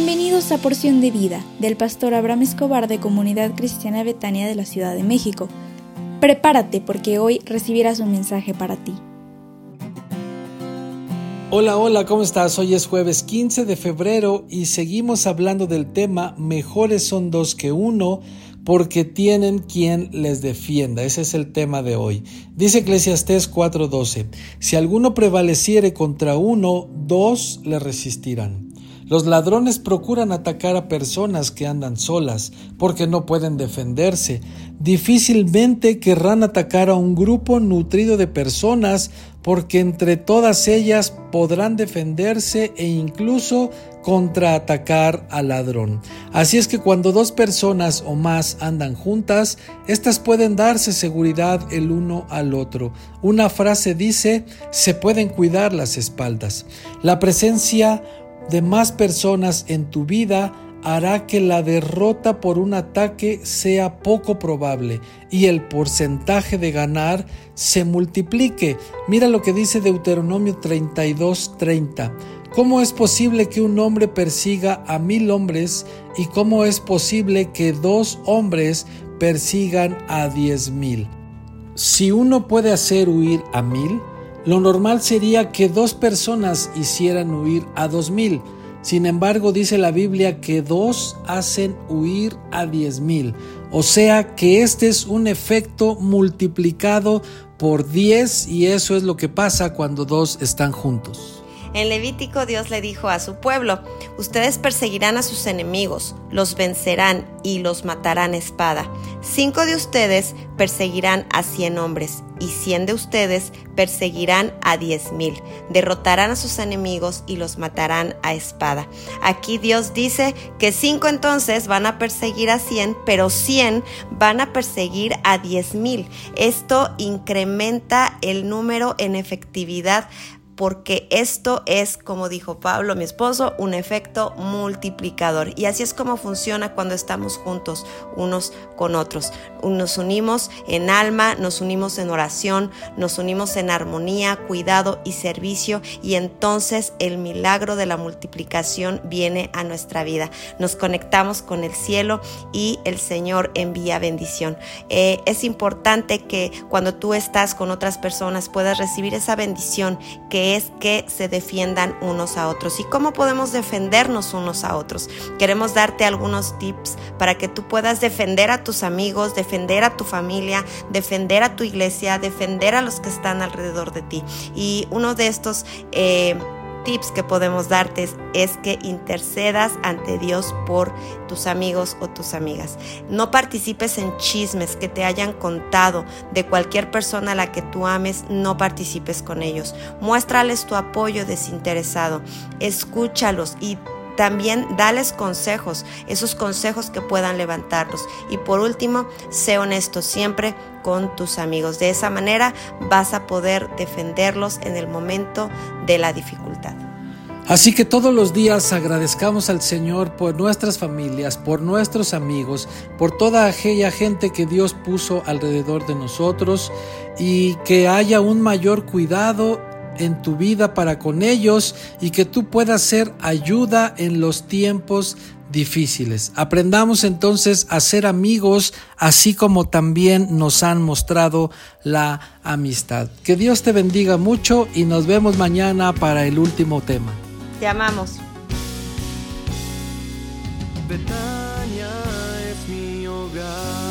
Bienvenidos a Porción de Vida, del pastor Abraham Escobar de Comunidad Cristiana Betania de la Ciudad de México. Prepárate porque hoy recibirás un mensaje para ti. Hola, ¿cómo estás? Hoy es jueves 15 de febrero y seguimos hablando del tema Mejores son dos que uno, porque tienen quien les defienda. Ese es el tema de hoy. Dice Eclesiastés 4:12, si alguno prevaleciere contra uno, dos le resistirán. Los ladrones procuran atacar a personas que andan solas porque no pueden defenderse. Difícilmente querrán atacar a un grupo nutrido de personas porque entre todas ellas podrán defenderse e incluso contraatacar al ladrón. Así es que cuando dos personas o más andan juntas, estas pueden darse seguridad el uno al otro. Una frase dice, se pueden cuidar las espaldas. La presencia de más personas en tu vida hará que la derrota por un ataque sea poco probable y el porcentaje de ganar se multiplique. Mira lo que dice Deuteronomio 32:30. ¿Cómo es posible que un hombre persiga a 1000 hombres y cómo es posible que 2 hombres persigan a 10,000? Si uno puede hacer huir a 1000, lo normal sería que 2 personas hicieran huir a 2000. Sin embargo, dice la Biblia que 2 hacen huir a 10,000. O sea que este es un efecto multiplicado por 10 y eso es lo que pasa cuando 2 están juntos. En Levítico Dios le dijo a su pueblo, ustedes perseguirán a sus enemigos, los vencerán y los matarán a espada. 5 de ustedes perseguirán a 100 hombres y 100 de ustedes perseguirán a 10,000. Derrotarán a sus enemigos y los matarán a espada. Aquí Dios dice que 5 entonces van a perseguir a 100, pero 100 van a perseguir a 10,000. Esto incrementa el número en efectividad, porque esto es, como dijo Pablo, mi esposo, un efecto multiplicador. Y así es como funciona cuando estamos juntos unos con otros. Nos unimos en alma, nos unimos en oración, nos unimos en armonía, cuidado y servicio, y entonces el milagro de la multiplicación viene a nuestra vida. Nos conectamos con el cielo y el Señor envía bendición. Es importante que cuando tú estás con otras personas puedas recibir esa bendición, que es que se defiendan unos a otros. ¿Y cómo podemos defendernos unos a otros? Queremos darte algunos tips para que tú puedas defender a tus amigos, defender a tu familia, defender a tu iglesia, defender a los que están alrededor de ti. Y uno de estos tips que podemos darte es que intercedas ante Dios por tus amigos o tus amigas. No participes en chismes que te hayan contado de cualquier persona a la que tú ames, no participes con ellos. Muéstrales tu apoyo desinteresado, escúchalos y también dales consejos, esos consejos que puedan levantarlos. Y por último, sé honesto siempre con tus amigos. De esa manera vas a poder defenderlos en el momento de la dificultad. Así que todos los días agradezcamos al Señor por nuestras familias, por nuestros amigos, por toda aquella gente que Dios puso alrededor de nosotros y que haya un mayor cuidado en tu vida para con ellos y que tú puedas ser ayuda en los tiempos difíciles. Aprendamos entonces a ser amigos, así como también nos han mostrado la amistad. Que Dios te bendiga mucho y nos vemos mañana para el último tema. Te amamos. Betania es mi hogar.